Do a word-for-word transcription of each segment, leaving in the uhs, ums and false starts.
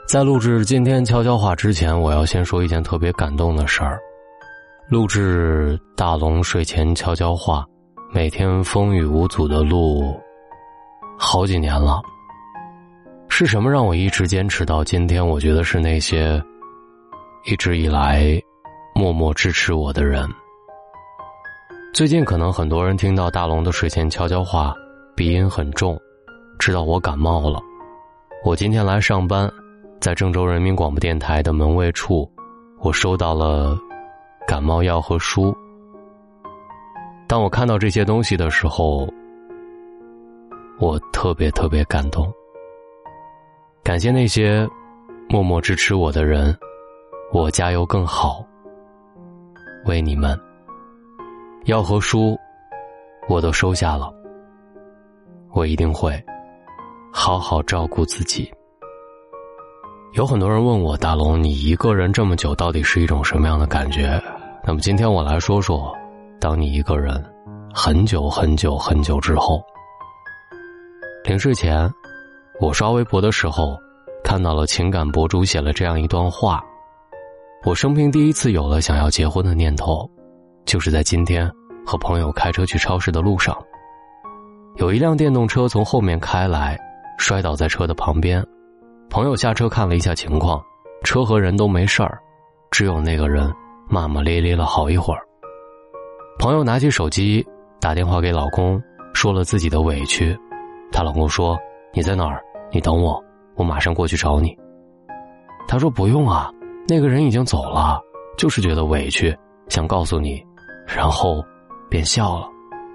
在录制今天悄悄话之前，我要先说一件特别感动的事儿。录制大龙睡前悄悄话，每天风雨无阻的录好几年了。是什么让我一直坚持到今天？我觉得是那些一直以来默默支持我的人。最近可能很多人听到大龙的睡前悄悄话鼻音很重，知道我感冒了。我今天来上班，在郑州人民广播电台的门卫处，我收到了感冒药和书。当我看到这些东西的时候，我特别特别感动。感谢那些默默支持我的人，我加油更好，为你们。药和书我都收下了，我一定会好好照顾自己。有很多人问我，大龙，你一个人这么久到底是一种什么样的感觉？那么今天我来说说，当你一个人很久很久很久之后。临睡前我刷微博的时候，看到了情感博主写了这样一段话：我生平第一次有了想要结婚的念头，就是在今天和朋友开车去超市的路上，有一辆电动车从后面开来，摔倒在车的旁边。朋友下车看了一下情况，车和人都没事儿，只有那个人骂骂咧咧了好一会儿。朋友拿起手机打电话给老公，说了自己的委屈。她老公说，你在哪儿？你等我，我马上过去找你。她说不用啊，那个人已经走了，就是觉得委屈，想告诉你，然后便笑了。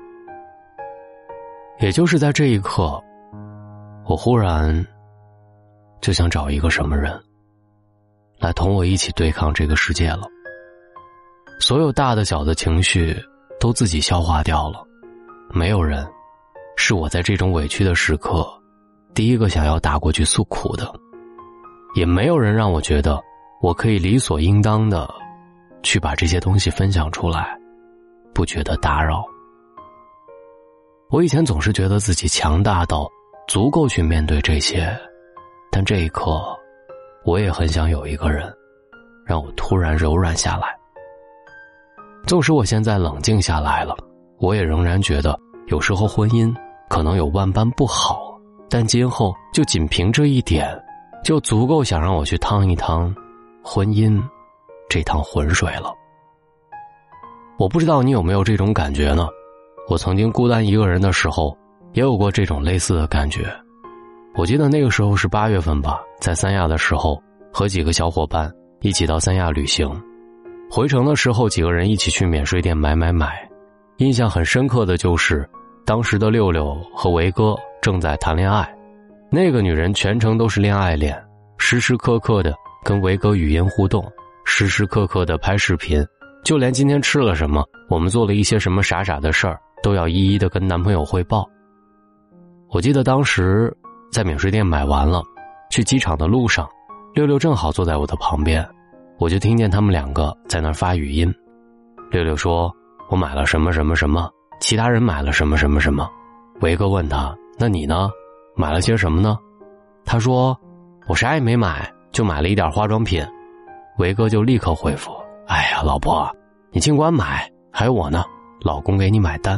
也就是在这一刻，我忽然就想找一个什么人来同我一起对抗这个世界了。所有大的小的情绪都自己消化掉了，没有人是我在这种委屈的时刻第一个想要打过去诉苦的，也没有人让我觉得我可以理所应当的去把这些东西分享出来，不觉得打扰。我以前总是觉得自己强大到足够去面对这些，但这一刻我也很想有一个人让我突然柔软下来。纵使我现在冷静下来了，我也仍然觉得有时候婚姻可能有万般不好，但今后就仅凭这一点就足够想让我去趟一趟婚姻这趟浑水了。我不知道你有没有这种感觉呢？我曾经孤单一个人的时候也有过这种类似的感觉。我记得那个时候是八月份吧，在三亚的时候和几个小伙伴一起到三亚旅行，回程的时候几个人一起去免税店买买买。印象很深刻的就是当时的六六和维哥正在谈恋爱，那个女人全程都是恋爱脸，时时刻刻的跟维哥语音互动，时时刻刻的拍视频，就连今天吃了什么，我们做了一些什么傻傻的事儿，都要一一的跟男朋友汇报。我记得当时在免税店买完了，去机场的路上，六六正好坐在我的旁边，我就听见他们两个在那儿发语音。六六说，我买了什么什么什么，其他人买了什么什么什么。维哥问他，那你呢？买了些什么呢？他说，我啥也没买，就买了一点化妆品。维哥就立刻回复，哎呀，老婆，你尽管买，还有我呢，老公给你买单。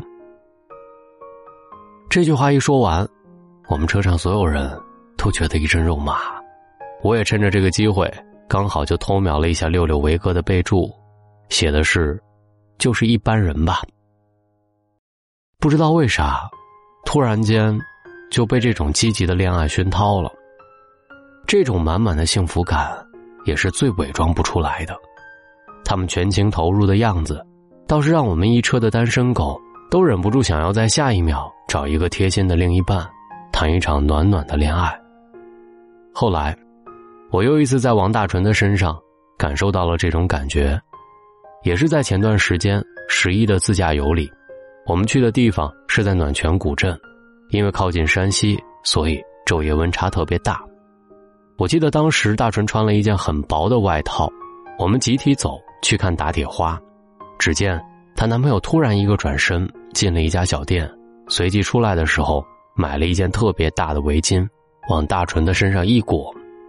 这句话一说完，我们车上所有人都觉得一阵肉麻。我也趁着这个机会刚好就偷瞄了一下六六维哥的备注，写的是就是一般人吧。不知道为啥突然间就被这种积极的恋爱熏陶了，这种满满的幸福感也是最伪装不出来的。他们全情投入的样子倒是让我们一车的单身狗都忍不住想要在下一秒找一个贴心的另一半，谈一场暖暖的恋爱。后来我又一次在王大纯的身上感受到了这种感觉，也是在前段时间十一的自驾游里，我们去的地方是在暖泉古镇，因为靠近山西，所以昼夜温差特别大。我记得当时大纯穿了一件很薄的外套，我们集体走去看打铁花，只见她男朋友突然一个转身进了一家小店，随即出来的时候买了一件特别大的围巾往大纯的身上一裹。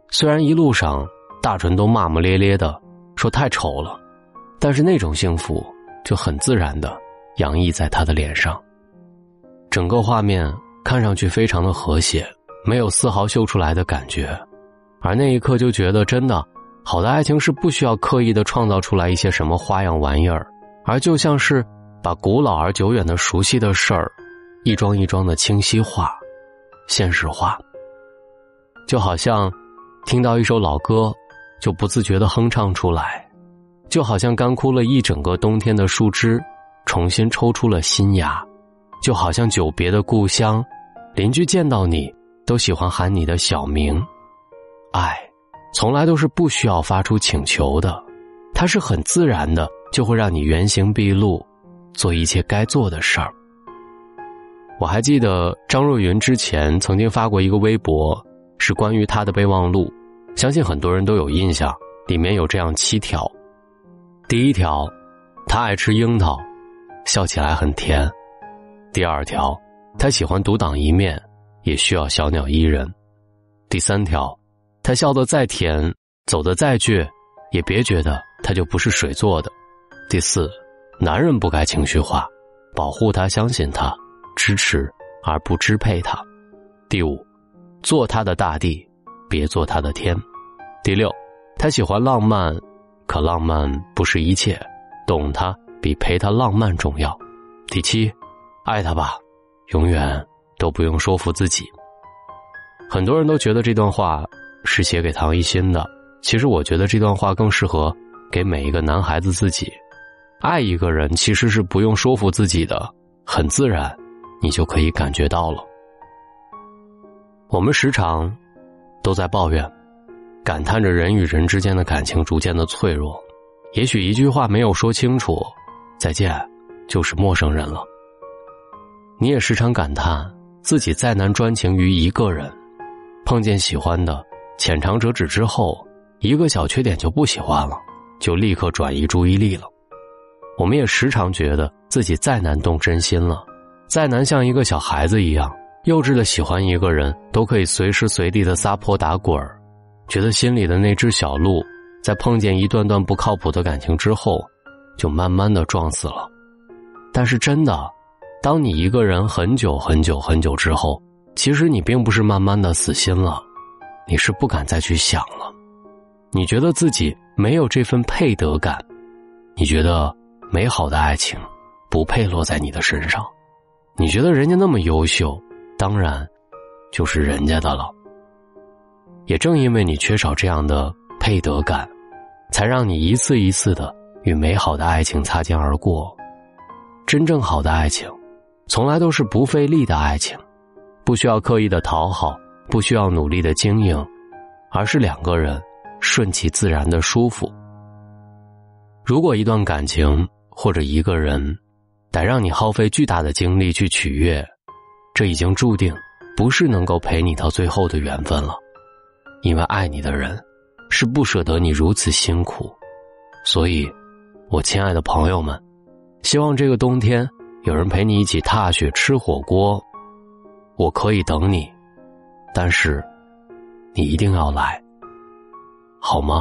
虽然一路上大纯都骂骂咧咧的说太丑了，但是那种幸福就很自然的洋溢在他的脸上。整个画面看上去非常的和谐，没有丝毫秀出来的感觉，而那一刻就觉得真的好的爱情是不需要刻意的创造出来一些什么花样玩意儿，而就像是把古老而久远的熟悉的事儿一桩一桩的清晰化现实化。就好像听到一首老歌就不自觉地哼唱出来，就好像干枯了一整个冬天的树枝重新抽出了新芽，就好像久别的故乡，邻居见到你都喜欢喊你的小名。爱从来都是不需要发出请求的，它是很自然的，就会让你原形毕露，做一切该做的事儿。我还记得张若昀之前曾经发过一个微博，是关于他的备忘录，相信很多人都有印象，里面有这样七条。第一条，他爱吃樱桃，笑起来很甜。第二条，他喜欢独当一面，也需要小鸟依人。第三条，他笑得再甜，走得再倔，也别觉得他就不是水做的。第四，男人不该情绪化，保护他，相信他，支持而不支配他。第五，做他的大地，别做他的天。第六，他喜欢浪漫，可浪漫不是一切，懂他比陪他浪漫重要。第七，爱他吧，永远都不用说服自己。很多人都觉得这段话是写给唐艺昕的，其实我觉得这段话更适合给每一个男孩子自己。爱一个人其实是不用说服自己的，很自然，你就可以感觉到了。我们时常都在抱怨，感叹着人与人之间的感情逐渐的脆弱，也许一句话没有说清楚，再见就是陌生人了。你也时常感叹自己再难专情于一个人，碰见喜欢的浅尝辄止之后，一个小缺点就不喜欢了，就立刻转移注意力了。我们也时常觉得自己再难动真心了，再难像一个小孩子一样幼稚的喜欢一个人，都可以随时随地的撒泼打滚，觉得心里的那只小鹿在碰见一段段不靠谱的感情之后就慢慢的撞死了。但是真的，当你一个人很久很久很久之后，其实你并不是慢慢的死心了，你是不敢再去想了。你觉得自己没有这份配得感，你觉得美好的爱情不配落在你的身上，你觉得人家那么优秀，当然就是人家的了。也正因为你缺少这样的配得感，才让你一次一次的与美好的爱情擦肩而过。真正好的爱情从来都是不费力的爱情，不需要刻意的讨好，不需要努力的经营，而是两个人顺其自然的舒服。如果一段感情或者一个人得让你耗费巨大的精力去取悦，这已经注定不是能够陪你到最后的缘分了。因为爱你的人是不舍得你如此辛苦，所以我亲爱的朋友们，希望这个冬天有人陪你一起踏雪吃火锅，我可以等你，但是你一定要来，好吗？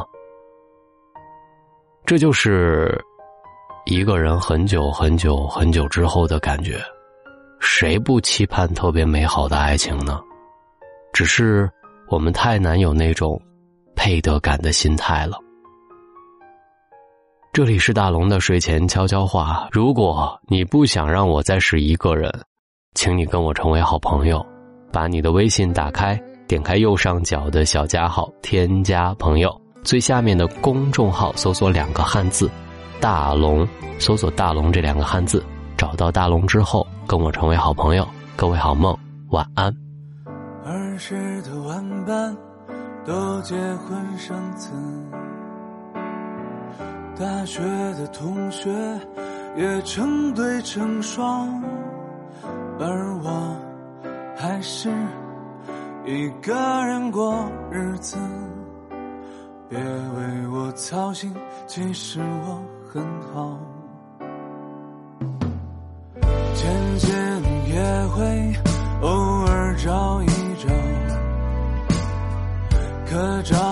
这就是一个人很久很久很久之后的感觉。谁不期盼特别美好的爱情呢？只是我们太难有那种配得感的心态了。这里是大龙的睡前悄悄话，如果你不想让我再是一个人，请你跟我成为好朋友，把你的微信打开，点开右上角的小加号，添加朋友，最下面的公众号搜索两个汉字大龙，搜索大龙这两个汉字，找到大龙之后跟我成为好朋友。各位好梦，晚安。 儿时的玩伴都结婚生子，大学的同学也成对成双，而我还是一个人过日子。别为我操心，其实我很好。见见也会偶尔找一找，可找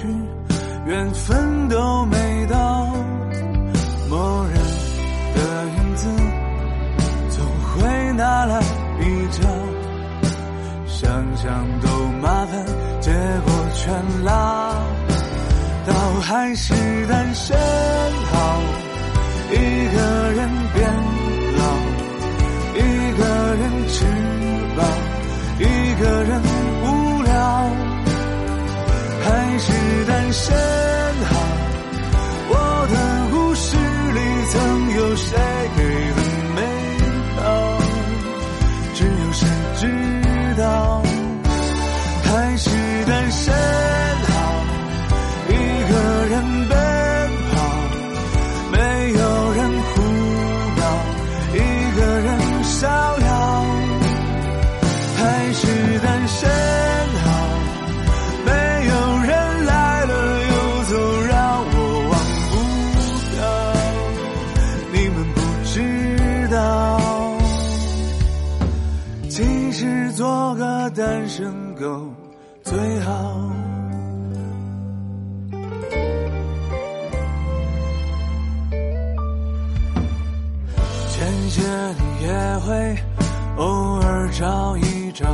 去，缘分都没到，某人的影子总会拿来比较，想想都麻烦，结果全拉倒，还是单身好，一个人变老，一个人吃饱，一个人无聊，还是单身好，我的故事里曾有谁给的美好，只有谁知道，还是单身好，一个人奔跑，没有人胡闹，一个人逍遥，还是单身好，没有人来了又走，让我忘不掉，你们不知道，其实做个单身狗最好。前些年也会偶尔找一找，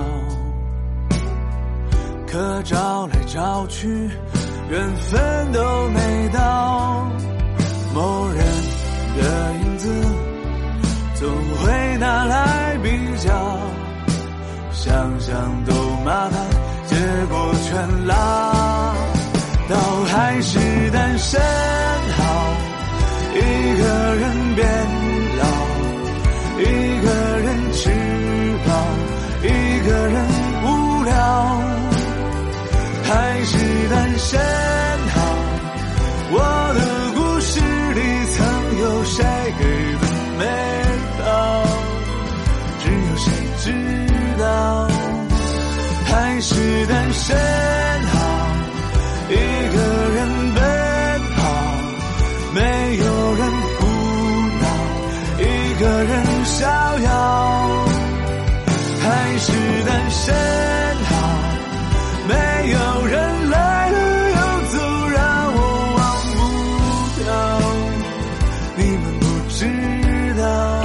可找来找去缘分都没到，某人的影子总会拿来比较，想想都麻烦，结果全拉倒，还是单身好，一个人变老，一个人吃饱，一个人无聊，还是单身好，我的故事里曾有谁给的美好，只有谁知道，还是单身好，一个人奔跑，没有人胡闹，一个人逍遥，还是单身好，没有人来了又走，让我忘不掉，你们不知道，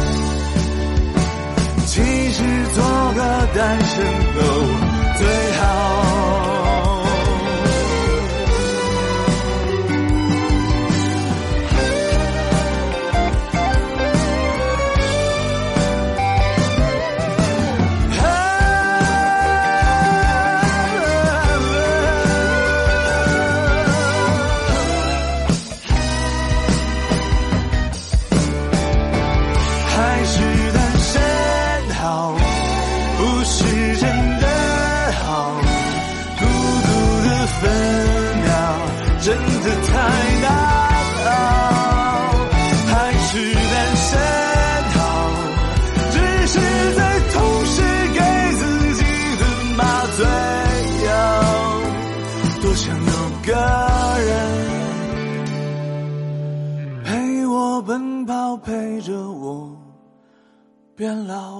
其实做个单身狗最好。还是单身好，不是真的好，孤独的分秒真的太难熬，还是单身好，只是在同时给自己的麻醉药，多想有个人陪我奔跑，陪着我变老。